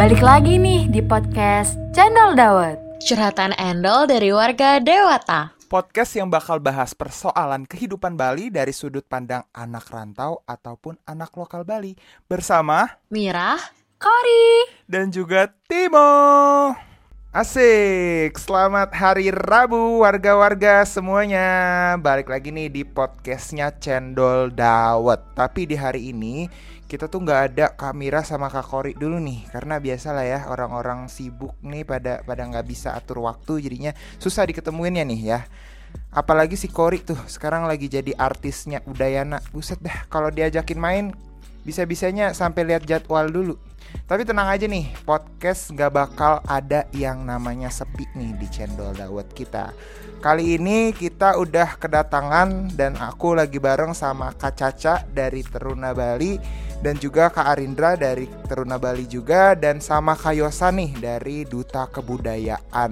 Balik lagi nih di podcast Channel Dawet. Curhatan Endol dari warga Dewata. Podcast yang bakal bahas persoalan kehidupan Bali dari sudut pandang anak rantau ataupun anak lokal Bali. Bersama Mirah, Kori dan juga Timo. Asik, selamat hari Rabu warga-warga semuanya. Balik lagi nih di podcastnya Cendol Dawet. Tapi di hari ini kita tuh nggak ada Kak Mira sama Kak Kori dulu nih, karena biasalah ya orang-orang sibuk nih pada nggak bisa atur waktu, jadinya susah diketemuinnya nih ya. Apalagi si Kori tuh sekarang lagi jadi artisnya Udayana. Buset dah, kalau diajakin main bisa-bisanya sampai lihat jadwal dulu. Tapi tenang aja nih, podcast gak bakal ada yang namanya sepi nih di Cendol Dawet kita. Kali ini kita udah kedatangan dan aku lagi bareng sama Kak Caca dari Teruna Bali, dan juga Kak Arindra dari Teruna Bali juga, dan sama Kak Yosa nih dari Duta Kebudayaan.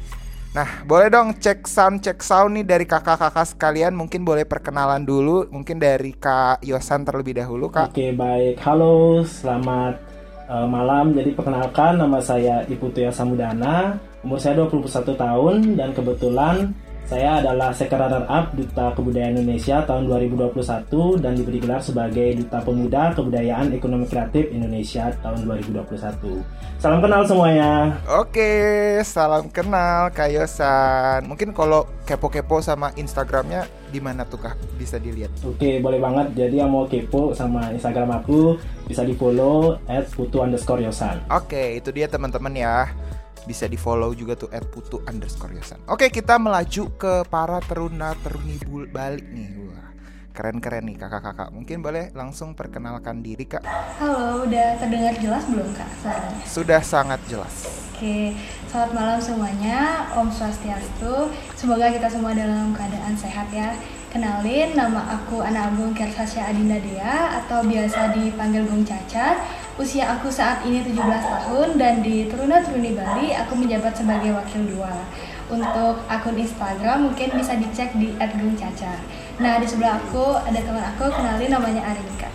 Nah, boleh dong cek sound nih dari kakak-kakak sekalian. Mungkin boleh perkenalan dulu, mungkin dari Kak Yosan terlebih dahulu, Kak. Oke, baik. Halo, selamat malam. Jadi perkenalkan, nama saya Iputu Samudana, umur saya 21 tahun, dan kebetulan saya adalah second runner-up Duta Kebudayaan Indonesia tahun 2021 dan diberi gelar sebagai Duta Pemuda Kebudayaan Ekonomi Kreatif Indonesia tahun 2021. Salam kenal semuanya. Oke, salam kenal Kak Yosan. Mungkin kalau kepo-kepo sama Instagramnya di mana tuh Kak? Bisa dilihat. Oke, boleh banget. Jadi yang mau kepo sama Instagram aku bisa di follow @putu_yosan. Oke, itu dia teman-teman ya. Bisa di follow juga tuh @putu_yosan. Oke, kita melaju ke para teruna-teruni Bali nih. Wah, keren-keren nih kakak-kakak. Mungkin boleh langsung perkenalkan diri Kak. Halo, udah terdengar jelas belum Kak suaranya? Sudah sangat jelas. Oke, selamat malam semuanya. Om Swastiastu. Semoga kita semua dalam keadaan sehat ya. Kenalin, nama aku Ana Agung Kersasya Adinda Dea atau biasa dipanggil Gung Caca. Usia aku saat ini 17 tahun dan di Teruna-Teruni Bali aku menjabat sebagai wakil 2. Untuk akun Instagram mungkin bisa dicek di @gungcaca. Nah, di sebelah aku ada teman aku, kenalin namanya Arinka.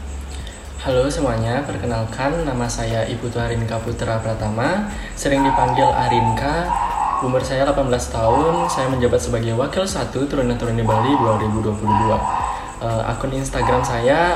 Halo semuanya, perkenalkan nama saya Iputu Arinka Putra Pratama, sering dipanggil Arinka. Umur saya 18 tahun, saya menjabat sebagai wakil 1 Teruna-Teruni Bali 2022. Akun Instagram saya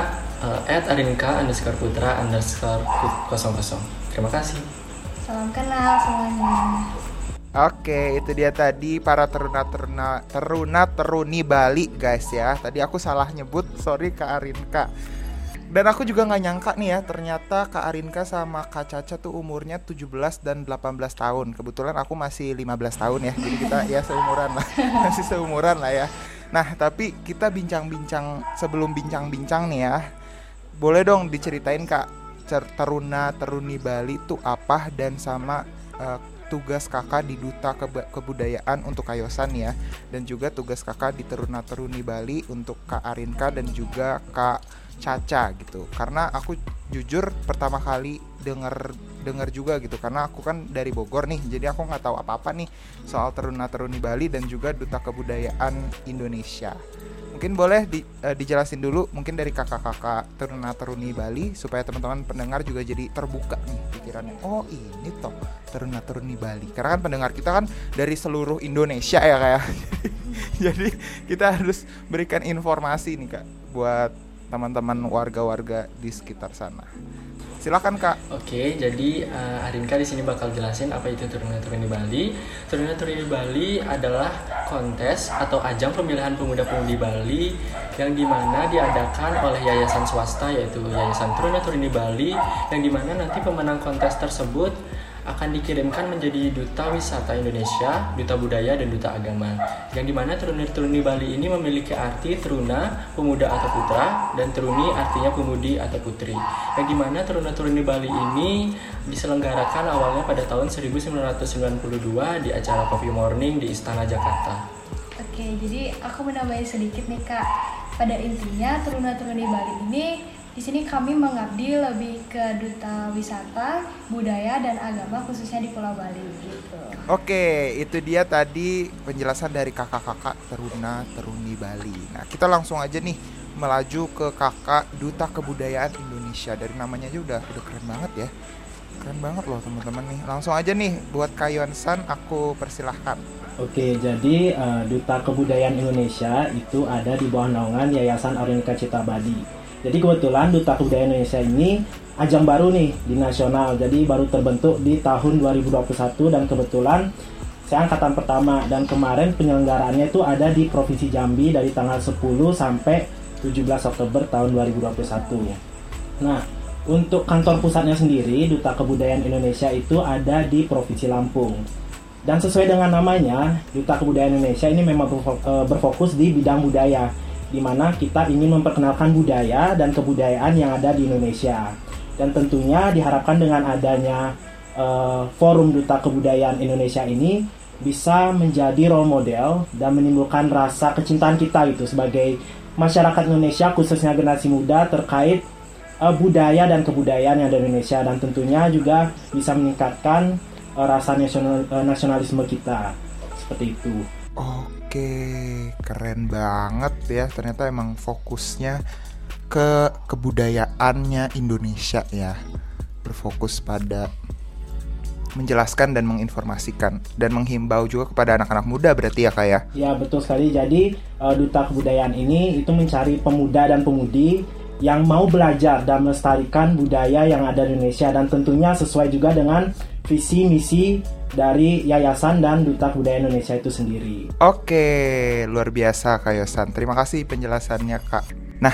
@arinka_putra_00. Terima kasih. Salam kenal semuanya. Oke, itu dia tadi para teruna-teruni Bali guys ya. Tadi aku salah nyebut, sorry Kak Arinka. Dan aku juga gak nyangka nih ya, ternyata Kak Arinka sama Kak Caca tuh umurnya 17 dan 18 tahun. Kebetulan aku masih 15 tahun ya, jadi kita ya seumuran lah. Masih seumuran lah ya. Nah, tapi kita bincang-bincang, sebelum bincang-bincang nih ya, boleh dong diceritain Kak, teruna-teruni Bali tuh apa dan sama tugas kakak di Duta Kebudayaan untuk Kak Yosan ya, dan juga tugas kakak di Teruna-Teruni Bali untuk Kak Arinka dan juga Kak Caca gitu. Karena aku jujur pertama kali dengar juga gitu, karena aku kan dari Bogor nih, jadi aku nggak tahu apa-apa nih soal Teruna-Teruni Bali dan juga Duta Kebudayaan Indonesia. Mungkin boleh dijelasin dulu mungkin dari kakak-kakak Teruna-Teruni Bali supaya teman-teman pendengar juga jadi terbuka nih pikirannya. Oh, ini toh Teruna-Teruni Bali. Karena kan pendengar kita kan dari seluruh Indonesia ya Kak ya. Jadi kita harus berikan informasi nih Kak buat teman-teman warga-warga di sekitar sana. Silakan Kak. Oke, jadi Arinka di sini bakal jelasin apa itu Teruna-Teruni Bali. Teruna-Teruni Bali adalah kontes atau ajang pemilihan pemuda-pemudi Bali yang dimana diadakan oleh yayasan swasta yaitu Yayasan Teruna-Teruni Bali, yang dimana nanti pemenang kontes tersebut akan dikirimkan menjadi Duta Wisata Indonesia, Duta Budaya, dan Duta Agama. Yang dimana Teruna-Teruni Bali ini memiliki arti teruna, pemuda atau putra, dan teruni artinya pemudi atau putri. Yang dimana Teruna-Teruni Bali ini diselenggarakan awalnya pada tahun 1992 di acara Coffee Morning di Istana Jakarta. Oke, jadi aku menambahin sedikit nih Kak. Pada intinya Teruna-Teruni Bali ini di sini kami mengabdi lebih ke Duta Wisata, Budaya, dan Agama khususnya di Pulau Bali gitu. Oke, itu dia tadi penjelasan dari kakak-kakak Teruna-Teruni Bali. Nah, kita langsung aja nih melaju ke kakak Duta Kebudayaan Indonesia. Dari namanya aja udah keren banget ya. Keren banget loh teman-teman nih. Langsung aja nih buat Kak Yonsan aku persilahkan. Oke, jadi Duta Kebudayaan Indonesia itu ada di bawah naungan Yayasan Arinka Cita Bali. Jadi kebetulan Duta Kebudayaan Indonesia ini ajang baru nih di nasional. Jadi baru terbentuk di tahun 2021 dan kebetulan saya angkatan pertama dan kemarin penyelenggaraannya itu ada di Provinsi Jambi dari tanggal 10 sampai 17 Oktober tahun 2021. Nah, untuk kantor pusatnya sendiri Duta Kebudayaan Indonesia itu ada di Provinsi Lampung. Dan sesuai dengan namanya, Duta Kebudayaan Indonesia ini memang berfokus di bidang budaya, di mana kita ingin memperkenalkan budaya dan kebudayaan yang ada di Indonesia. Dan tentunya diharapkan dengan adanya Forum Duta Kebudayaan Indonesia ini bisa menjadi role model dan menimbulkan rasa kecintaan kita itu sebagai masyarakat Indonesia, khususnya generasi muda terkait budaya dan kebudayaan yang ada di Indonesia, dan tentunya juga bisa meningkatkan rasa nasionalisme kita, seperti itu. Oke, keren banget ya. Ternyata emang fokusnya ke kebudayaannya Indonesia ya. Berfokus pada menjelaskan dan menginformasikan dan menghimbau juga kepada anak-anak muda berarti ya Kak ya? Ya betul sekali. Jadi Duta Kebudayaan ini itu mencari pemuda dan pemudi yang mau belajar dan melestarikan budaya yang ada di Indonesia, dan tentunya sesuai juga dengan visi misi dari Yayasan dan Duta Kebudayaan Indonesia itu sendiri. Oke, luar biasa Kak Yosan. Terima kasih penjelasannya Kak. Nah,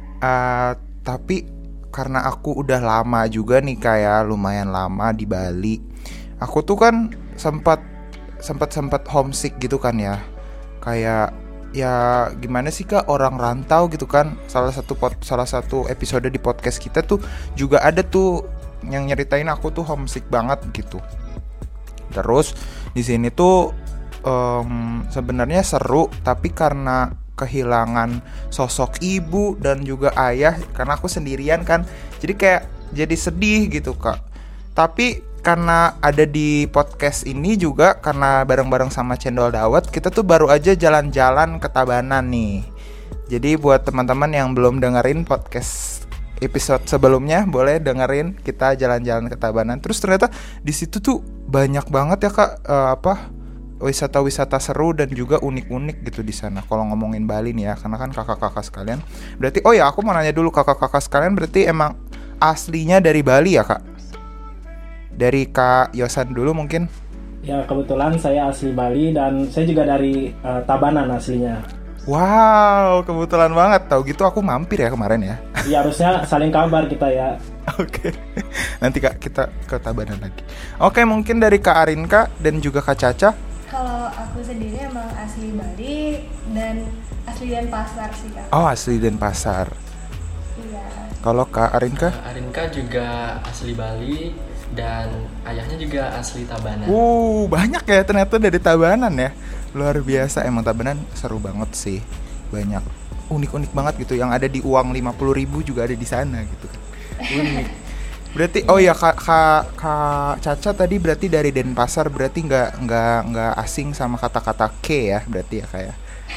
tapi karena aku udah lama juga nih kayak lumayan lama di Bali, aku tuh kan sempat homesick gitu kan ya. Kayak ya gimana sih Kak, orang rantau gitu kan. Salah satu episode di podcast kita tuh juga ada tuh yang nyeritain aku tuh homesick banget gitu. Terus di sini tuh sebenarnya seru, tapi karena kehilangan sosok ibu dan juga ayah, karena aku sendirian kan, jadi sedih gitu Kak. Tapi karena ada di podcast ini juga, karena bareng-bareng sama Cendol Dawet, kita tuh baru aja jalan-jalan ke Tabanan nih. Jadi buat teman-teman yang belum dengerin podcast episode sebelumnya, boleh dengerin kita jalan-jalan ke Tabanan. Terus ternyata di situ tuh banyak banget ya Kak, wisata-wisata seru dan juga unik-unik gitu di sana. Kalau ngomongin Bali nih ya, karena kan kakak-kakak sekalian. Berarti aku mau nanya dulu, kakak-kakak sekalian berarti emang aslinya dari Bali ya Kak? Dari Kak Yosan dulu mungkin. Ya kebetulan saya asli Bali dan saya juga dari Tabanan aslinya. Wow, kebetulan banget. Tahu gitu aku mampir ya kemarin ya. Iya, harusnya saling kabar kita ya. Oke. Nanti Kak kita ke Tabanan lagi. Oke, mungkin dari Kak Arinka dan juga Kak Caca. Kalau aku sendiri emang asli Bali dan asli Denpasar sih Kak. Oh, asli Denpasar. Iya. Kalau Kak Arinka? Arinka juga asli Bali dan ayahnya juga asli Tabanan. Banyak ya ternyata dari Tabanan ya. Luar biasa, emang Tabanan seru banget sih. Banyak unik-unik banget gitu. Yang ada di uang 50.000 juga ada di sana gitu. Unik. Berarti Kak Caca tadi berarti dari Denpasar, berarti nggak asing sama kata-kata K ya berarti ya kayak.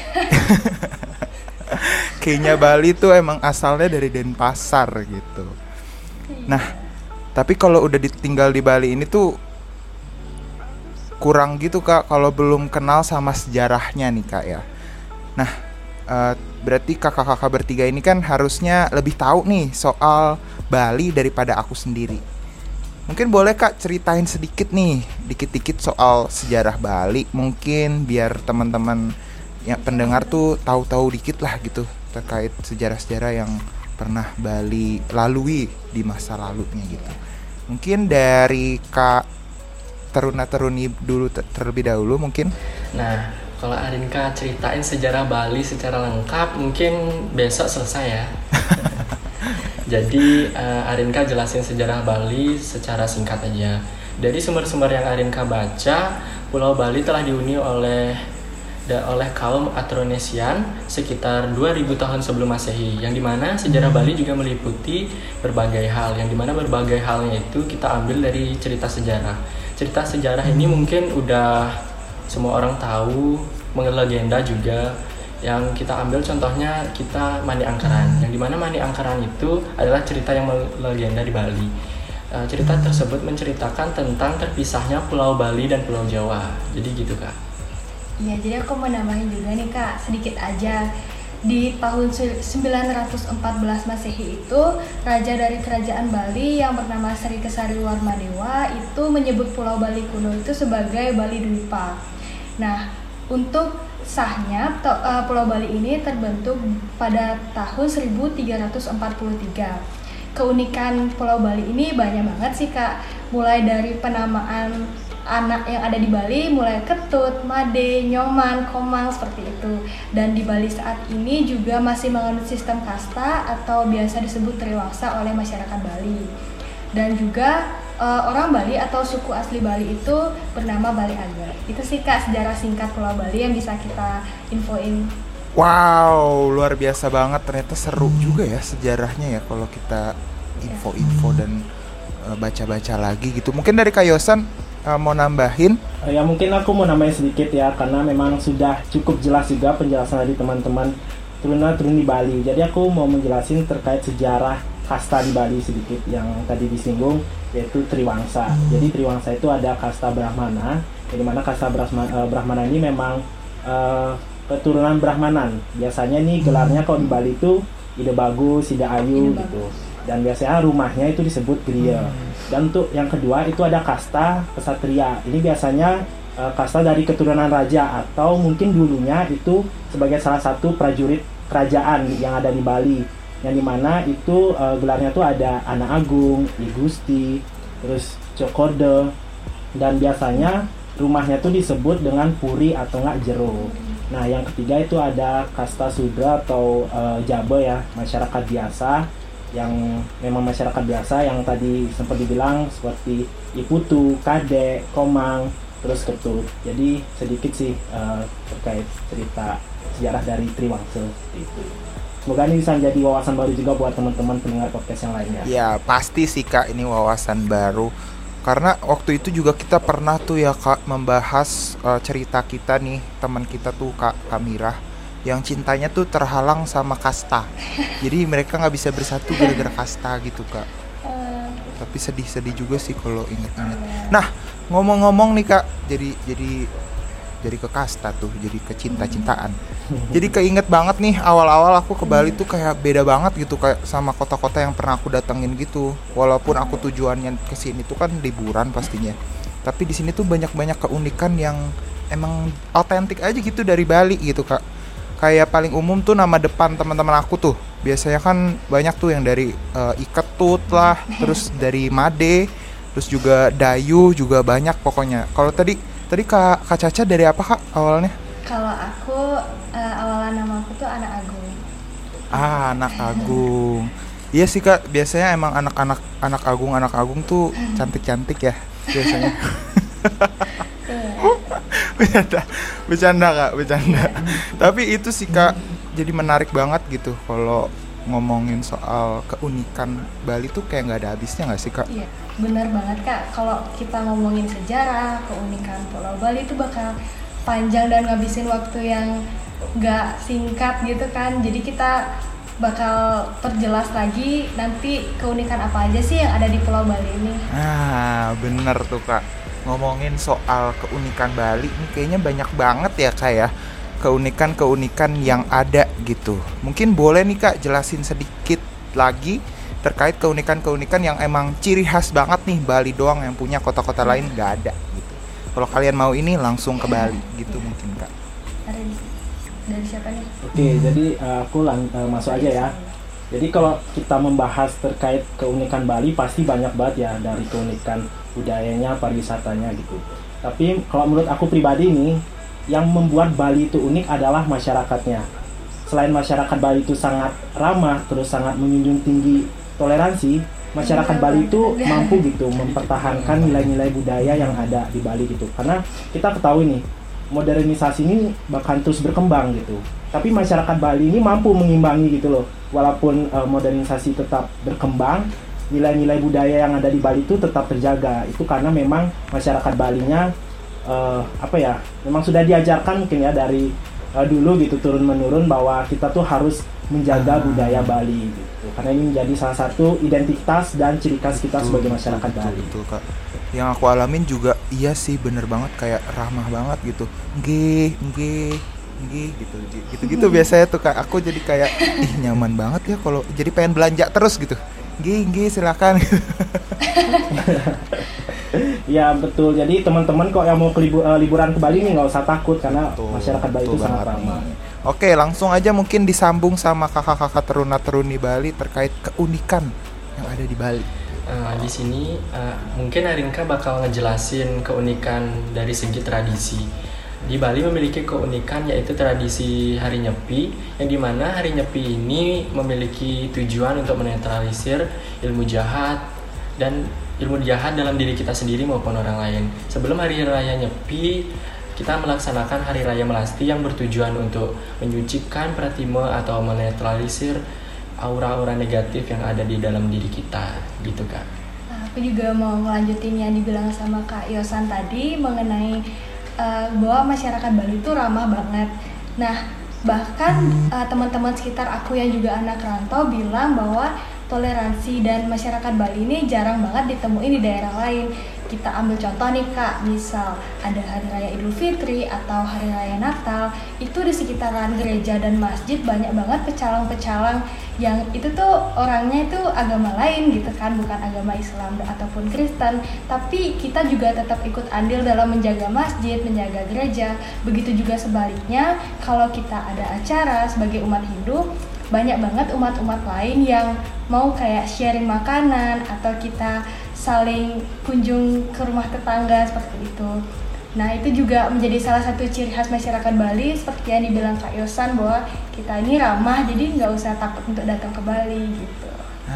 K-nya Bali tuh emang asalnya dari Denpasar gitu. Nah, tapi kalau udah tinggal di Bali ini tuh kurang gitu Kak kalau belum kenal sama sejarahnya nih Kak ya. Nah, berarti kakak-kakak bertiga ini kan harusnya lebih tahu nih soal Bali daripada aku sendiri. Mungkin boleh Kak ceritain sedikit nih, dikit-dikit soal sejarah Bali, mungkin biar teman-teman yang pendengar tuh tahu-tahu dikit lah gitu terkait sejarah-sejarah yang pernah Bali lalui di masa lalunya gitu. Mungkin dari Kak Teruna-Teruni dulu terlebih dahulu mungkin. Nah, kalau Arinka ceritain sejarah Bali secara lengkap mungkin besok selesai ya. Jadi Arinka jelasin sejarah Bali secara singkat aja. Dari sumber-sumber yang Arinka baca, Pulau Bali telah dihuni oleh kaum Austronesian sekitar 2000 tahun sebelum Masehi, yang dimana sejarah Bali juga meliputi berbagai hal, yang dimana berbagai halnya itu kita ambil dari cerita sejarah. Cerita sejarah ini mungkin udah semua orang tahu, legenda juga. Yang kita ambil contohnya kita Mani Angkeran, yang dimana Mani Angkeran itu adalah cerita yang legenda di Bali. cerita tersebut menceritakan tentang terpisahnya Pulau Bali dan Pulau Jawa. Jadi gitu Kak. Iya, jadi aku mau nambahin juga nih Kak, sedikit aja. Di tahun 914 Masehi itu, raja dari kerajaan Bali yang bernama Sri Kesari Warmadewa itu menyebut Pulau Bali kuno itu sebagai Bali Dwipa. Nah, untuk sahnya Pulau Bali ini terbentuk pada tahun 1343. Keunikan Pulau Bali ini banyak banget sih Kak, mulai dari penamaan anak yang ada di Bali, mulai Ketut, Made, Nyoman, Komang, seperti itu. Dan di Bali saat ini juga masih menganut sistem kasta atau biasa disebut Triwangsa oleh masyarakat Bali. Dan juga orang Bali atau suku asli Bali itu bernama Bali Ager. Itu sih Kak sejarah singkat Pulau Bali yang bisa kita infoin. Wow, luar biasa banget. Ternyata seru juga ya sejarahnya ya kalau kita info-info dan baca-baca lagi gitu. Mungkin dari Kak Yosan mau nambahin? Ya mungkin aku mau nambahin sedikit ya, karena memang sudah cukup jelas juga penjelasan dari teman-teman turun di Bali. Jadi aku mau menjelasin terkait sejarah kasta di Bali sedikit yang tadi disinggung, yaitu Triwangsa. Jadi Triwangsa itu ada kasta Brahmana, di mana kasta Brahmana ini memang keturunan Brahmanan. Biasanya nih gelarnya kalau di Bali itu Ide Bagus, Ide Ayu gitu. Dan biasanya rumahnya itu disebut Griya. Dan untuk yang kedua itu ada kasta Kesatria. Ini biasanya kasta dari keturunan raja atau mungkin dulunya itu sebagai salah satu prajurit kerajaan yang ada di Bali. Yang dimana itu gelarnya tuh ada Anak Agung, I Gusti, terus Cokorde. Dan biasanya rumahnya tuh disebut dengan Puri atau enggak Jero. Nah, yang ketiga itu ada kasta Sudra atau Jabe ya, masyarakat biasa yang memang masyarakat biasa yang tadi sempat dibilang seperti Iputu, Kade, Komang, terus Ketut. Jadi sedikit sih terkait cerita sejarah dari Triwangsa itu. Semoga ini bisa menjadi wawasan baru juga buat teman-teman pendengar podcast yang lainnya. Ya, pasti sih Kak, ini wawasan baru. Karena waktu itu juga kita pernah tuh ya Kak membahas cerita kita nih, teman kita tuh Kak Kamirah yang cintanya tuh terhalang sama kasta. Jadi mereka nggak bisa bersatu gara-gara kasta gitu Kak. Tapi sedih-sedih juga sih kalau inget-inget. Nah, ngomong-ngomong nih Kak, jadi ke kasta tuh, jadi ke cinta-cintaan. Jadi keinget banget nih awal-awal aku ke Bali tuh kayak beda banget gitu kayak sama kota-kota yang pernah aku datengin gitu. Walaupun aku tujuannya ke sini tuh kan liburan pastinya. Tapi di sini tuh banyak-banyak keunikan yang emang autentik aja gitu dari Bali gitu Kak. Kayak paling umum tuh nama depan teman-teman aku tuh. Biasanya kan banyak tuh yang dari Iketut lah, terus dari Made, terus juga Dayu juga banyak pokoknya. Kalau tadi Kak Caca dari apa Kak awalnya? Kalau aku awalan nama aku tuh Anak Agung. Anak Agung. Iya sih Kak, biasanya emang anak agung tuh cantik-cantik ya biasanya. Bercanda Kak. Tapi itu sih Kak, jadi menarik banget gitu kalau ngomongin soal keunikan Bali tuh kayak nggak ada habisnya nggak sih Kak? Iya, benar banget Kak. Kalau kita ngomongin sejarah, keunikan Pulau Bali itu bakal panjang dan ngabisin waktu yang nggak singkat gitu kan. Jadi kita bakal perjelas lagi nanti keunikan apa aja sih yang ada di Pulau Bali ini. Ah, bener tuh Kak. Ngomongin soal keunikan Bali ini kayaknya banyak banget ya Kak ya. Keunikan-keunikan yang ada gitu. Mungkin boleh nih Kak jelasin sedikit lagi terkait keunikan-keunikan yang emang ciri khas banget nih Bali doang yang punya kota-kota lain nggak ada gitu. Kalau kalian mau ini langsung ke Bali gitu mungkin Kak. Dari siapa nih? Oke, jadi aku masuk aja ya. Jadi kalau kita membahas terkait keunikan Bali pasti banyak banget ya, dari keunikan budayanya, pariwisatanya gitu. Tapi kalau menurut aku pribadi nih, yang membuat Bali itu unik adalah masyarakatnya. Selain masyarakat Bali itu sangat ramah, terus sangat menjunjung tinggi toleransi, masyarakat Bali itu mampu gitu mempertahankan nilai-nilai budaya yang ada di Bali gitu. Karena kita ketahui nih, modernisasi ini bahkan terus berkembang gitu. Tapi masyarakat Bali ini mampu mengimbangi gitu loh. Walaupun modernisasi tetap berkembang, nilai-nilai budaya yang ada di Bali itu tetap terjaga. Itu karena memang masyarakat Balinya memang sudah diajarkan mungkin ya dari dulu gitu turun menurun bahwa kita tuh harus menjaga budaya Bali gitu. Karena ini menjadi salah satu identitas dan ciri khas kita sebagai masyarakat Bali. Betul, Kak. Yang aku alamin juga iya sih, bener banget, kayak ramah banget gitu. Nggih gitu biasanya tuh Kak. Aku jadi kayak nyaman banget ya kalau jadi pengen belanja terus gitu. Nggih silakan. Ya betul. Jadi teman-teman kok yang mau liburan ke Bali nih nggak usah takut karena masyarakat Bali itu sangat ramah. Oke, langsung aja mungkin disambung sama kakak-kakak teruna-teruni Bali terkait keunikan yang ada di Bali. Di sini mungkin Arinka bakal ngejelasin keunikan dari segi tradisi. Di Bali memiliki keunikan yaitu tradisi Hari Nyepi, yang dimana Hari Nyepi ini memiliki tujuan untuk menetralisir ilmu jahat dalam diri kita sendiri maupun orang lain. Sebelum Hari Raya Nyepi, kita melaksanakan Hari Raya Melasti yang bertujuan untuk menyucikan pratime atau menetralisir aura-aura negatif yang ada di dalam diri kita, gitu Kak. Nah, aku juga mau ngelanjutin yang dibilang sama Kak Yosan tadi mengenai bahwa masyarakat Bali itu ramah banget. Nah, bahkan teman-teman sekitar aku yang juga anak rantau bilang bahwa toleransi dan masyarakat Bali ini jarang banget ditemuin di daerah lain. Kita ambil contoh nih Kak, misal ada Hari Raya Idul Fitri atau Hari Raya Natal, itu di sekitaran gereja dan masjid banyak banget pecalang-pecalang yang itu tuh orangnya itu agama lain gitu kan, bukan agama Islam ataupun Kristen, tapi kita juga tetap ikut andil dalam menjaga masjid, menjaga gereja. Begitu juga sebaliknya, kalau kita ada acara sebagai umat Hindu, banyak banget umat-umat lain yang mau kayak sharing makanan atau kita saling kunjung ke rumah tetangga seperti itu. Nah, itu juga menjadi salah satu ciri khas masyarakat Bali seperti yang dibilang Kak Yosan bahwa kita ini ramah, jadi nggak usah takut untuk datang ke Bali gitu.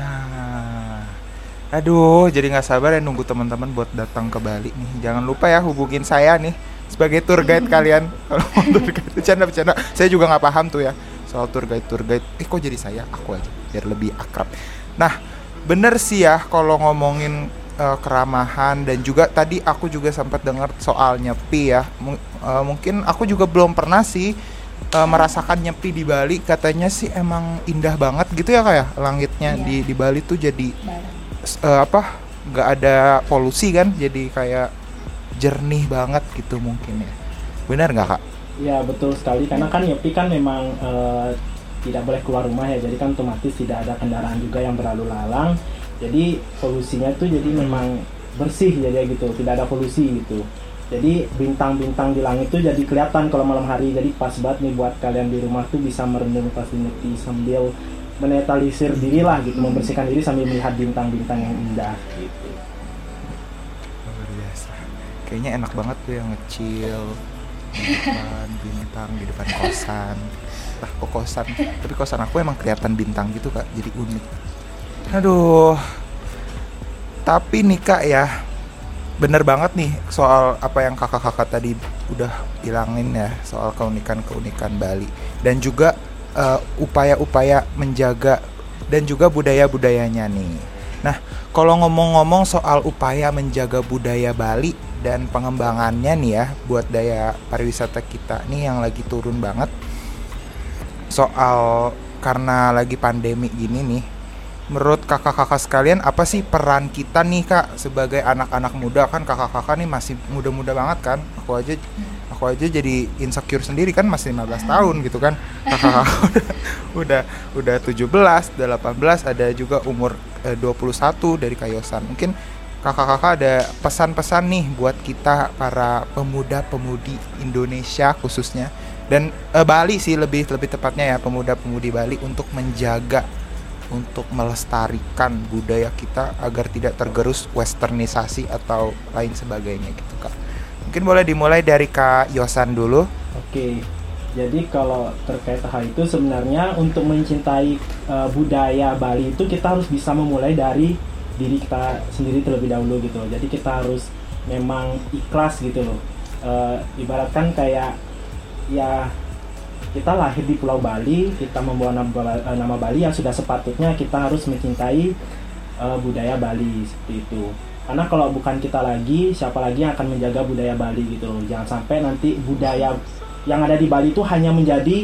Aduh, jadi nggak sabar ya nunggu teman-teman buat datang ke Bali nih. Jangan lupa ya hubungin saya nih sebagai tour guide kalian. Kalau mau tour guide, bercanda. Saya juga nggak paham tuh ya soal tour guide. Kok jadi aku aja biar lebih akrab. Nah, bener sih ya kalau ngomongin keramahan, dan juga tadi aku juga sempat dengar soal nyepi ya. Mungkin aku juga belum pernah sih merasakan nyepi di Bali. Katanya sih emang indah banget gitu ya kayak langitnya di Bali tuh jadi nggak ada polusi kan, jadi kayak jernih banget gitu mungkin ya. Benar nggak Kak? Ya betul sekali, karena kan nyepi kan memang tidak boleh keluar rumah ya, jadi kan otomatis tidak ada kendaraan juga yang berlalu lalang, jadi polusinya tuh jadi memang bersih jadi gitu, tidak ada polusi gitu. Jadi bintang-bintang di langit tuh jadi kelihatan kalau malam hari, jadi pas banget nih buat kalian di rumah tuh bisa merenung pas nyepi sambil menetralisir diri lah gitu, membersihkan diri sambil melihat bintang-bintang yang indah gitu. Luar biasa, kayaknya enak banget tuh yang ngecil di depan bintang, di depan kosan. Kok kosan, tapi kosan aku emang kelihatan bintang gitu Kak, jadi unik. Aduh, tapi nih Kak ya, bener banget nih soal apa yang kakak-kakak tadi udah bilangin ya, soal keunikan-keunikan Bali, dan juga upaya-upaya menjaga dan juga budaya-budayanya nih. Nah, kalau ngomong-ngomong soal upaya menjaga budaya Bali dan pengembangannya nih ya, buat daya pariwisata kita nih yang lagi turun banget, soal karena lagi pandemi gini nih, menurut kakak-kakak sekalian apa sih peran kita nih Kak sebagai anak-anak muda? Kan kakak-kakak nih masih muda-muda banget kan, aku aja jadi insecure sendiri kan, masih 15 tahun gitu kan. Kakak-kakak udah 17, udah 18, ada juga umur 21 dari Kak Yosan. Mungkin kakak-kakak ada pesan-pesan nih buat kita para pemuda-pemudi Indonesia khususnya, dan Bali sih lebih tepatnya ya, pemuda-pemudi Bali, untuk menjaga, untuk melestarikan budaya kita agar tidak tergerus westernisasi atau lain sebagainya gitu Kak. Mungkin boleh dimulai dari Kak Yosan dulu. Oke, jadi kalau terkait hal itu sebenarnya untuk mencintai budaya Bali itu kita harus bisa memulai dari diri kita sendiri terlebih dahulu gitu. Jadi kita harus memang ikhlas gitu loh. Ibaratkan kayak ya kita lahir di Pulau Bali, kita membawa nama Bali, yang sudah sepatutnya kita harus mencintai budaya Bali seperti itu. Karena kalau bukan kita lagi, siapa lagi yang akan menjaga budaya Bali gitu. Jangan sampai nanti budaya yang ada di Bali itu hanya menjadi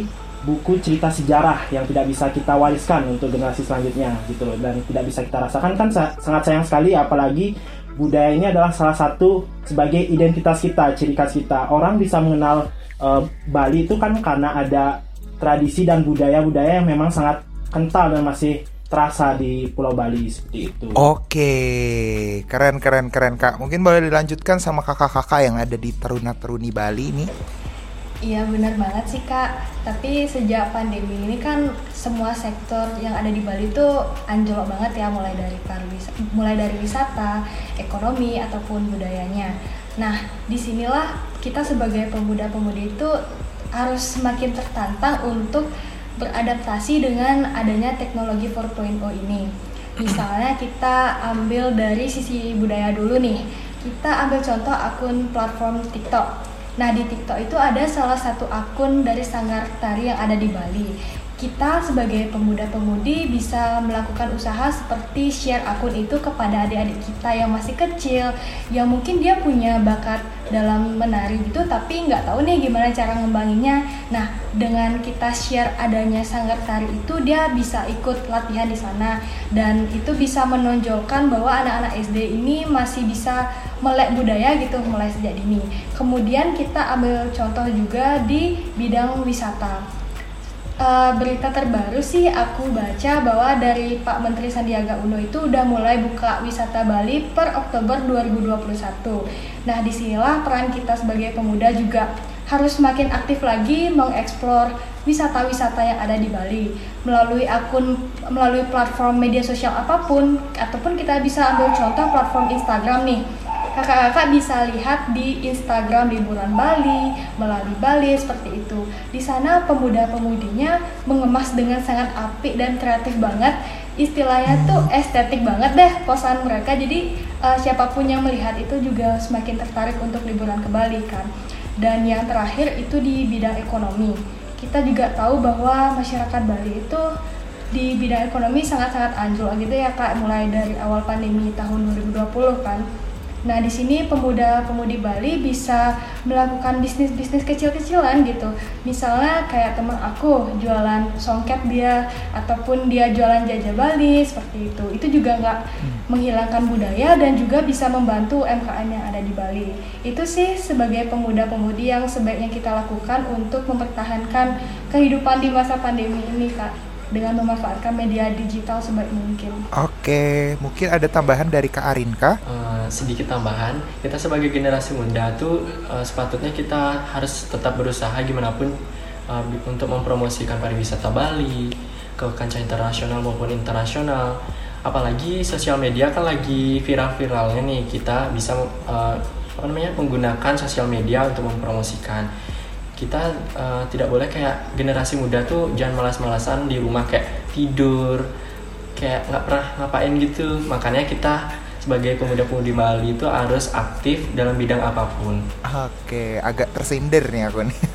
buku cerita sejarah yang tidak bisa kita wariskan untuk generasi selanjutnya gitu loh, dan tidak bisa kita rasakan kan sangat sayang sekali, apalagi budaya ini adalah salah satu sebagai identitas kita, ciri khas kita. Orang bisa mengenal Bali itu kan karena ada tradisi dan budaya-budaya yang memang sangat kental dan masih terasa di Pulau Bali seperti itu. Oke, keren Kak. Mungkin boleh dilanjutkan sama kakak-kakak yang ada di teruna-teruni Bali nih. Iya benar banget sih Kak, tapi sejak pandemi ini kan semua sektor yang ada di Bali itu anjlok banget ya, mulai dari wisata, ekonomi ataupun budayanya. Nah, disinilah kita sebagai pemuda-pemudi itu harus semakin tertantang untuk beradaptasi dengan adanya teknologi 4.0 ini. Misalnya kita ambil dari sisi budaya dulu nih, kita ambil contoh akun platform TikTok. Nah, di TikTok itu ada salah satu akun dari Sanggar Tari yang ada di Bali. Kita sebagai pemuda-pemudi bisa melakukan usaha seperti share akun itu kepada adik-adik kita yang masih kecil, yang mungkin dia punya bakat dalam menari gitu, tapi nggak tahu nih gimana cara ngembanginnya. Nah, dengan kita share adanya Sanggar Tari itu, dia bisa ikut latihan di sana, dan itu bisa menonjolkan bahwa anak-anak SD ini masih bisa melek budaya gitu mulai sejak dini. Kemudian kita ambil contoh juga di bidang wisata. Berita terbaru sih aku baca bahwa dari Pak Menteri Sandiaga Uno itu udah mulai buka wisata Bali per Oktober 2021. Nah, disinilah peran kita sebagai pemuda juga harus semakin aktif lagi mengeksplor wisata-wisata yang ada di Bali melalui platform media sosial apapun, ataupun kita bisa ambil contoh platform Instagram nih. Kakak-kakak bisa lihat di Instagram Liburan Bali, Melali Bali, seperti itu. Di sana pemuda-pemudinya mengemas dengan sangat apik dan kreatif banget. Istilahnya tuh estetik banget deh posan mereka. Jadi siapapun yang melihat itu juga semakin tertarik untuk liburan ke Bali kan. Dan yang terakhir itu di bidang ekonomi. Kita juga tahu bahwa masyarakat Bali itu di bidang ekonomi sangat-sangat anjlok gitu ya Kak, mulai dari awal pandemi tahun 2020 kan. Nah, di sini pemuda-pemudi Bali bisa melakukan bisnis-bisnis kecil-kecilan gitu. Misalnya kayak teman aku jualan songket dia, ataupun dia jualan jajah Bali seperti itu. Itu juga nggak menghilangkan budaya dan juga bisa membantu UMKM yang ada di Bali. Itu sih sebagai pemuda-pemudi yang sebaiknya kita lakukan untuk mempertahankan kehidupan di masa pandemi ini Kak, dengan memanfaatkan media digital sebaik mungkin. Oke, mungkin ada tambahan dari Kak Arinka? Sedikit tambahan, kita sebagai generasi muda tuh sepatutnya kita harus tetap berusaha gimana pun untuk mempromosikan pariwisata Bali ke kancah internasional maupun internasional. Apalagi sosial media kan lagi viral-viralnya nih, kita bisa menggunakan sosial media untuk mempromosikan. Kita tidak boleh kayak generasi muda tuh jangan malas-malasan di rumah kayak tidur, kayak nggak pernah ngapain gitu. Makanya kita sebagai pemuda-pemudi Bali itu harus aktif dalam bidang apapun. Oke, agak tersindir nih aku nih.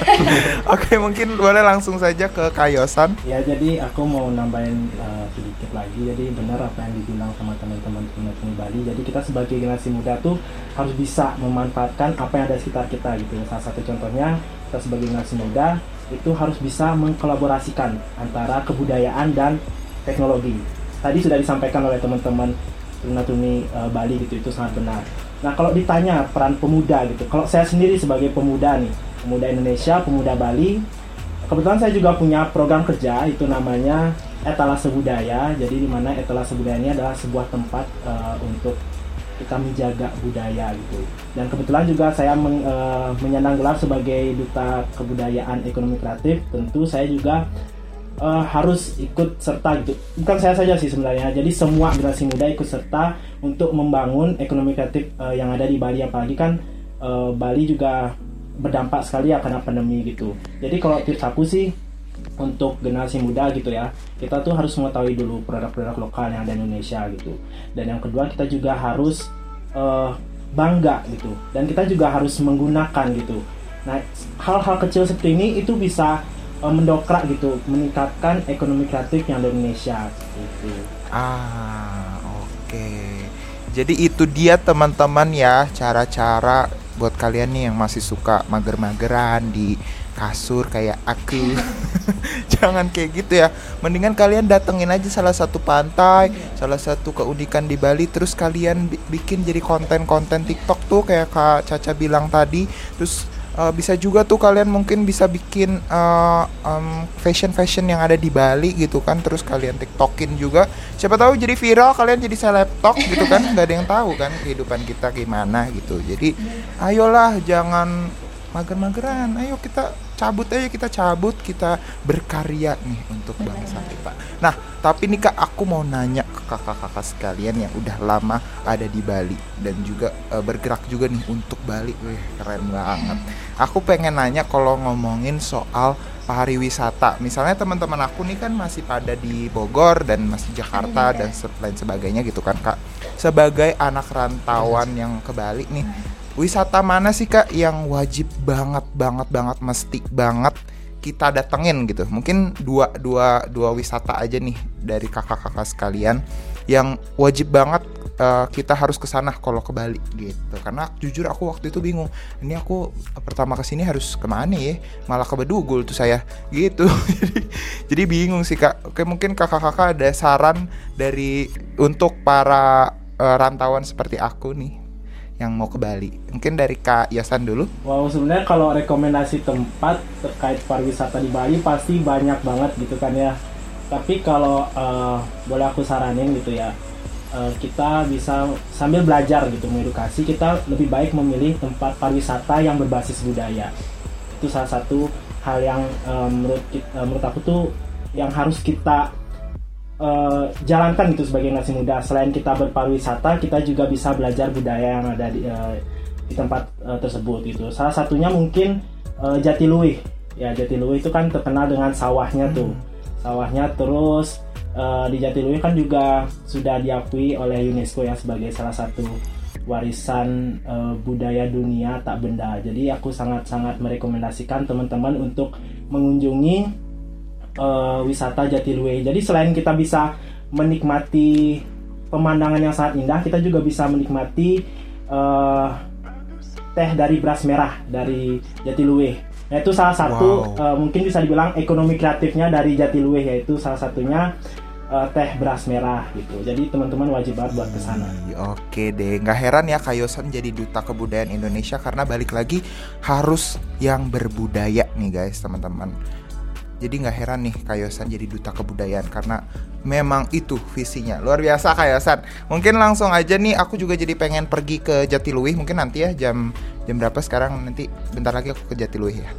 Oke, mungkin boleh langsung saja ke Kak Yosan. Ya, jadi aku mau nambahin sedikit lagi. Jadi benar apa yang dibilang sama teman-teman pemuda Bali. Jadi kita sebagai generasi muda tuh harus bisa memanfaatkan apa yang ada di sekitar kita gitu. Salah satu contohnya, kita sebagai generasi muda itu harus bisa mengkolaborasikan antara kebudayaan dan teknologi. Tadi sudah disampaikan oleh teman-teman Tuna-Tuni Bali gitu, itu sangat benar. Nah, kalau ditanya peran pemuda gitu, kalau saya sendiri sebagai pemuda nih, pemuda Indonesia, pemuda Bali, kebetulan saya juga punya program kerja, itu namanya Etalase Budaya. Jadi di mana Etalase Budaya ini adalah sebuah tempat untuk kita menjaga budaya gitu. Dan kebetulan juga saya menyandang gelar sebagai Duta Kebudayaan Ekonomi Kreatif. Tentu saya juga harus ikut serta gitu. Bukan saya saja sih sebenarnya. Jadi semua generasi muda ikut serta untuk membangun ekonomi kreatif yang ada di Bali. Apalagi kan Bali juga berdampak sekali ya karena pandemi gitu. Jadi kalau tips aku sih untuk generasi muda gitu ya, kita tuh harus mengetahui dulu produk-produk lokal yang ada di Indonesia gitu. Dan yang kedua, kita juga harus bangga gitu. Dan kita juga harus menggunakan gitu. Nah, hal-hal kecil seperti ini itu bisa mendokrak gitu, meningkatkan ekonomi kreatif yang ada di Indonesia gitu. Oke. Jadi itu dia teman-teman ya, cara-cara buat kalian nih yang masih suka mager-mageran di kasur kayak aku. Jangan kayak gitu ya. Mendingan kalian datengin aja salah satu pantai, salah satu keunikan di Bali, terus kalian bikin jadi konten-konten TikTok tuh kayak Kak Caca bilang tadi. Terus bisa juga tuh kalian mungkin bisa bikin fashion yang ada di Bali gitu kan, terus kalian TikTokin juga, siapa tahu jadi viral, kalian jadi selebtok gitu kan. Nggak ada yang tahu kan kehidupan kita gimana gitu. Jadi ayolah, jangan mager-mageran, ayo kita cabut, kita berkarya nih untuk bangsa kita. Nah, tapi nih Kak, aku mau nanya ke kakak-kakak sekalian yang udah lama ada di Bali dan juga bergerak juga nih untuk Bali. Wih, keren banget. Aku pengen nanya kalau ngomongin soal pariwisata. Misalnya teman-teman aku nih kan masih pada di Bogor dan masih Jakarta dan lain sebagainya gitu kan Kak. Sebagai anak rantauan yang ke Bali nih, wisata mana sih Kak yang wajib banget mesti banget kita datengin gitu? Mungkin dua wisata aja nih dari kakak-kakak sekalian yang wajib banget kita harus kesana kalau ke Bali gitu. Karena jujur aku waktu itu bingung, ini aku pertama kesini harus kemana ya? Malah ke Bedugul tuh saya gitu. Jadi bingung sih Kak. Oke, mungkin kakak-kakak ada saran untuk para rantauan seperti aku nih yang mau ke Bali. Mungkin dari Kak Yosan dulu. Wow, sebenarnya kalau rekomendasi tempat terkait pariwisata di Bali pasti banyak banget gitu kan ya. Tapi kalau boleh aku saranin gitu ya, kita bisa sambil belajar gitu mengedukasi, kita lebih baik memilih tempat pariwisata yang berbasis budaya. Itu salah satu hal yang menurut aku tuh yang harus kita jalankan gitu sebagai generasi muda. Selain kita berpariwisata, kita juga bisa belajar budaya yang ada di tempat tersebut gitu. Salah satunya mungkin Jatiluwih. Ya, Jatiluwih itu kan terkenal dengan sawahnya tuh. Sawahnya, terus di Jatiluwih kan juga sudah diakui oleh UNESCO ya sebagai salah satu warisan budaya dunia tak benda. Jadi aku sangat-sangat merekomendasikan teman-teman untuk mengunjungi wisata Jatiluwih. Jadi selain kita bisa menikmati pemandangan yang sangat indah, kita juga bisa menikmati teh dari beras merah dari Jatiluwih. Yaitu salah satu mungkin bisa dibilang ekonomi kreatifnya dari Jatiluwih, yaitu salah satunya teh beras merah gitu. Jadi teman-teman wajib banget buat kesana. Oke deh, nggak heran ya Kak Yosan jadi duta kebudayaan Indonesia, karena balik lagi harus yang berbudaya nih guys, teman-teman. Jadi gak heran nih Kak Yosan jadi duta kebudayaan, karena memang itu visinya. Luar biasa Kak Yosan. Mungkin langsung aja nih, aku juga jadi pengen pergi ke Jatiluwih. Mungkin nanti ya jam berapa sekarang, nanti bentar lagi aku ke Jatiluwih ya.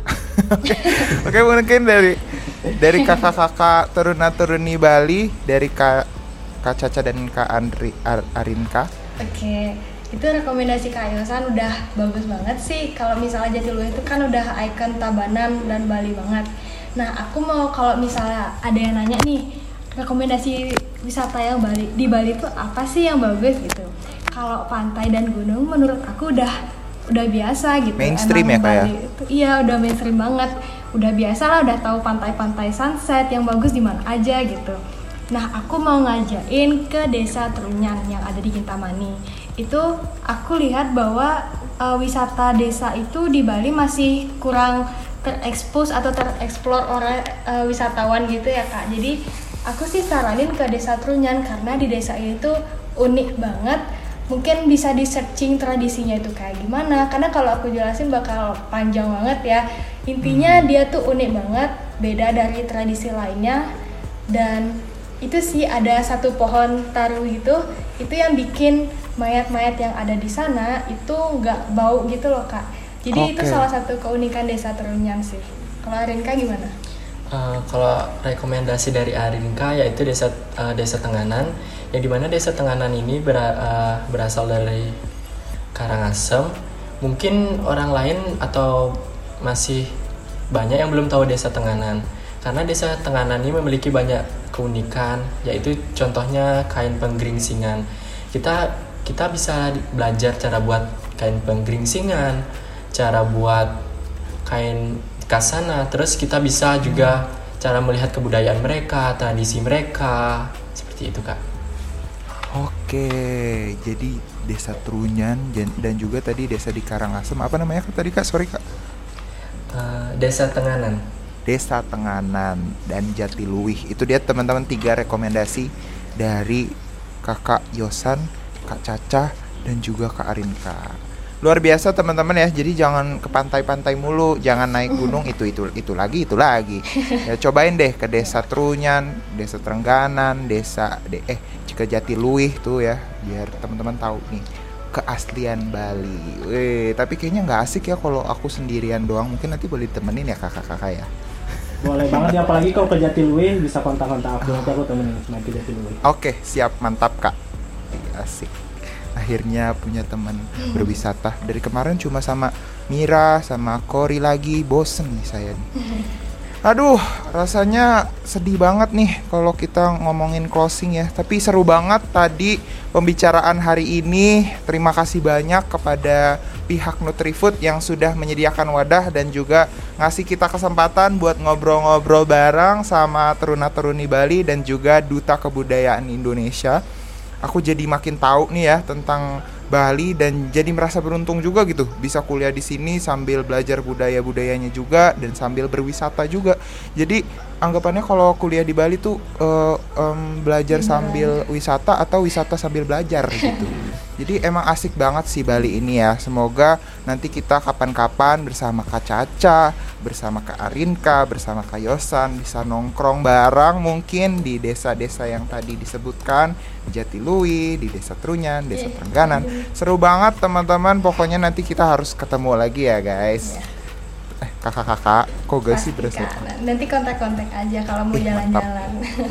Oke, mungkin dari kakak-kakak teruna-teruni Bali, dari Kak Caca dan Kak Arinka. Oke, itu rekomendasi Kak Yosan udah bagus banget sih. Kalau misalnya Jatiluwih itu kan udah ikon Tabanan dan Bali banget. Nah, aku mau, kalau misalnya ada yang nanya nih, rekomendasi wisata yang di Bali itu apa sih yang bagus gitu? Kalau pantai dan gunung menurut aku udah biasa gitu. Mainstream ya Emang kayak? Iya, udah mainstream banget. Udah biasa lah, udah tahu pantai-pantai sunset yang bagus di mana aja gitu. Nah, aku mau ngajain ke Desa Trunyan yang ada di Kintamani. Itu aku lihat bahwa wisata desa itu di Bali masih kurang terekspos atau tereksplor oleh wisatawan gitu ya Kak. Jadi aku sih saranin ke Desa Trunyan, karena di desa ini tuh unik banget. Mungkin bisa di searching tradisinya itu kayak gimana, karena kalau aku jelasin bakal panjang banget ya. Intinya dia tuh unik banget, beda dari tradisi lainnya. Dan itu sih ada satu pohon taruh gitu, itu yang bikin mayat-mayat yang ada di sana itu nggak bau gitu loh Kak. Jadi itu salah satu keunikan Desa Trunyan sih. Kalau Arinka gimana? Kalau rekomendasi dari Arinka yaitu Desa Tenganan, yang dimana Desa Tenganan ini berasal dari Karangasem. Mungkin orang lain atau masih banyak yang belum tahu Desa Tenganan, karena Desa Tenganan ini memiliki banyak keunikan, yaitu contohnya kain penggeringsingan. Kita bisa belajar cara buat kain penggeringsingan, cara buat kain kasana, terus kita bisa juga cara melihat kebudayaan mereka, tradisi mereka, seperti itu Kak. Oke, jadi Desa Trunyan dan juga tadi desa di Karangasem. Apa namanya tadi Kak? Sorry Kak. Desa Tenganan. Desa Tenganan dan Jatiluwih. Itu dia teman-teman 3 rekomendasi dari Kakak Yosan, Kak Caca, dan juga Kak Arinka. Luar biasa teman-teman ya. Jadi jangan ke pantai-pantai mulu, jangan naik gunung itu lagi. Ya cobain deh ke Desa Trunyan, Desa Trengganan, ke Jatiluwih tuh ya, biar teman-teman tahu nih keaslian Bali. Tapi kayaknya nggak asik ya kalau aku sendirian doang. Mungkin nanti boleh ditemenin ya kakak-kakak ya. Boleh banget ya, apalagi kalau ke Jatiluwih bisa kontak-kontak aku, nanti aku temenin main ke Jatiluwih. Oke, siap, mantap Kak. Asik. Akhirnya punya teman berwisata. Dari kemarin cuma sama Mira, sama Kori lagi, bosen nih saya nih. Aduh, rasanya sedih banget nih kalau kita ngomongin closing ya. Tapi seru banget tadi pembicaraan hari ini. Terima kasih banyak kepada pihak Nutrifood yang sudah menyediakan wadah dan juga ngasih kita kesempatan buat ngobrol-ngobrol bareng sama teruna-teruni Bali dan juga Duta Kebudayaan Indonesia. Aku jadi makin tahu nih ya tentang Bali dan jadi merasa beruntung juga gitu bisa kuliah di sini sambil belajar budaya-budayanya juga dan sambil berwisata juga. Jadi anggapannya kalau kuliah di Bali tuh belajar sambil wisata atau wisata sambil belajar gitu. Jadi emang asik banget sih Bali ini ya. Semoga nanti kita kapan-kapan bersama Kak Caca, bersama Kak Arinka, bersama Kak Yosan bisa nongkrong bareng mungkin di desa-desa yang tadi disebutkan, di Jatiluwih, di Desa Trunyan, Desa Trengganan. Seru banget teman-teman. Pokoknya nanti kita harus ketemu lagi ya guys. Kakak-kakak, kok gak sih berasa? Nanti kontak-kontak aja kalau mau jalan-jalan.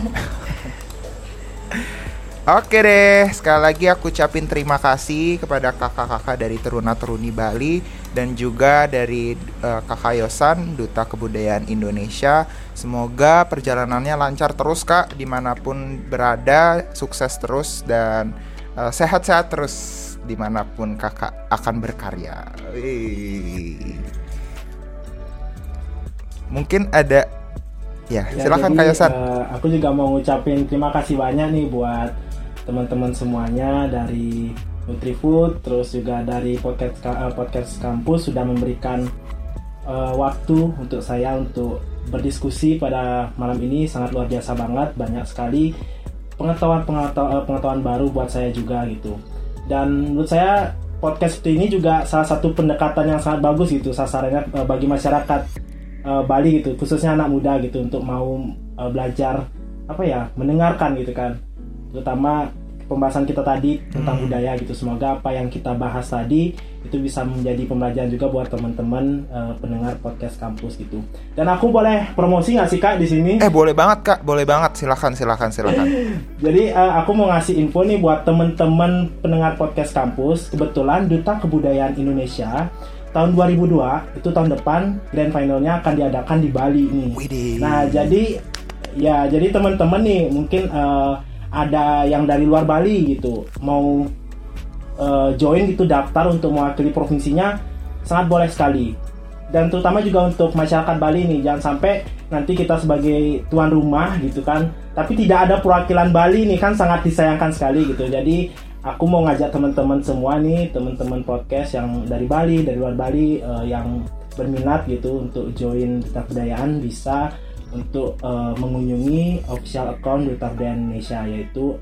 Oke deh, sekali lagi aku ucapin terima kasih kepada kakak-kakak dari Teruna-Teruni Bali dan juga dari Kakak Yosan, Duta Kebudayaan Indonesia. Semoga perjalanannya lancar terus Kak, dimanapun berada, sukses terus dan sehat-sehat terus dimanapun kakak akan berkarya. Mungkin ada, ya silakan Kak Yosan. Aku juga mau ngucapin terima kasih banyak nih buat teman-teman semuanya dari Nutrifood, terus juga dari podcast kampus sudah memberikan waktu untuk saya untuk berdiskusi pada malam ini. Sangat luar biasa banget, banyak sekali pengetahuan baru buat saya juga gitu. Dan menurut saya podcast ini juga salah satu pendekatan yang sangat bagus gitu, sasarannya bagi masyarakat Bali gitu, khususnya anak muda gitu, untuk mau belajar mendengarkan gitu kan, terutama pembahasan kita tadi tentang budaya gitu. Semoga apa yang kita bahas tadi itu bisa menjadi pembelajaran juga buat teman-teman pendengar podcast kampus gitu. Dan aku boleh promosi nggak sih Kak di sini? Boleh banget Kak, boleh banget. Silakan. Jadi aku mau ngasih info nih buat teman-teman pendengar podcast kampus. Kebetulan Duta Kebudayaan Indonesia tahun 2002 itu tahun depan grand finalnya akan diadakan di Bali nih. Widih. Nah jadi teman-teman nih mungkin ada yang dari luar Bali gitu mau join gitu, daftar untuk mewakili provinsinya, sangat boleh sekali. Dan terutama juga untuk masyarakat Bali nih, jangan sampai nanti kita sebagai tuan rumah gitu kan, tapi tidak ada perwakilan Bali nih kan, sangat disayangkan sekali gitu. Jadi aku mau ngajak teman-teman semua nih, teman-teman podcast yang dari Bali, dari luar Bali yang berminat gitu untuk join Duta Kebudayaan, bisa untuk mengunjungi official account Duta Kebudayaan Indonesia, yaitu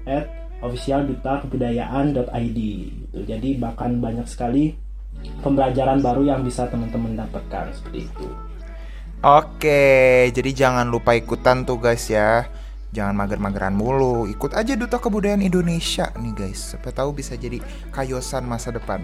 @officialdutakebudayaan.id gitu. Jadi bahkan banyak sekali pembelajaran baru yang bisa teman-teman dapatkan seperti itu. Oke, jadi jangan lupa ikutan tuh guys ya. Jangan mager-mageran mulu, ikut aja Duta Kebudayaan Indonesia nih guys. Siapa tahu bisa jadi kayosan masa depan.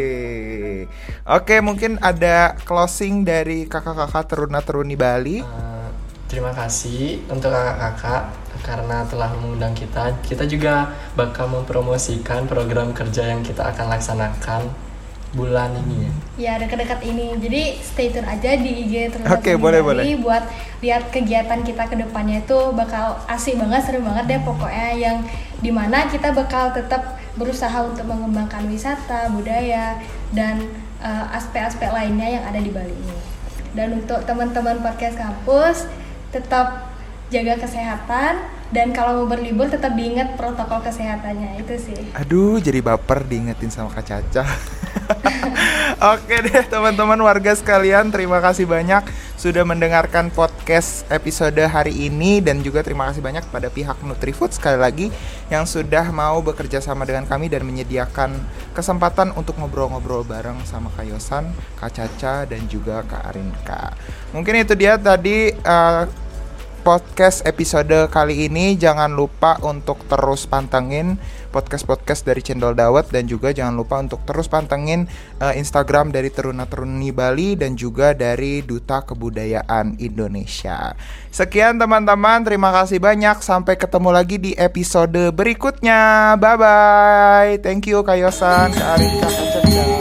Oke, mungkin ada closing dari kakak-kakak teruna-teruni Bali. Terima kasih untuk kakak-kakak karena telah mengundang kita. Kita juga bakal mempromosikan program kerja yang kita akan laksanakan bulan ini ya. Ya, dekat-dekat ini. Jadi stay tune aja di IG terus. Oke, boleh. Buat lihat kegiatan kita ke depannya itu bakal asik banget, seru banget deh pokoknya, yang dimana kita bakal tetap berusaha untuk mengembangkan wisata, budaya, dan aspek-aspek lainnya yang ada di Bali ini. Dan untuk teman-teman podcast kampus, tetap jaga kesehatan, Dan kalau mau berlibur tetap diingat protokol kesehatannya, itu sih. Aduh, jadi baper diingetin sama Kak Caca. Oke deh teman-teman warga sekalian, terima kasih banyak sudah mendengarkan podcast episode hari ini. Dan juga terima kasih banyak pada pihak Nutrifood sekali lagi yang sudah mau bekerja sama dengan kami dan menyediakan kesempatan untuk ngobrol-ngobrol bareng sama Kak Yosan, Kak Caca, dan juga Kak Arinka. Mungkin itu dia tadi podcast episode kali ini. Jangan lupa untuk terus pantengin podcast-podcast dari Cendol Dawet, dan juga jangan lupa untuk terus pantengin Instagram dari Teruna-Teruni Bali dan juga dari Duta Kebudayaan Indonesia. Sekian teman-teman, terima kasih banyak. Sampai ketemu lagi di episode berikutnya. Bye-bye. Thank you Kak Yosan, Kak Arinka, Kak Caca.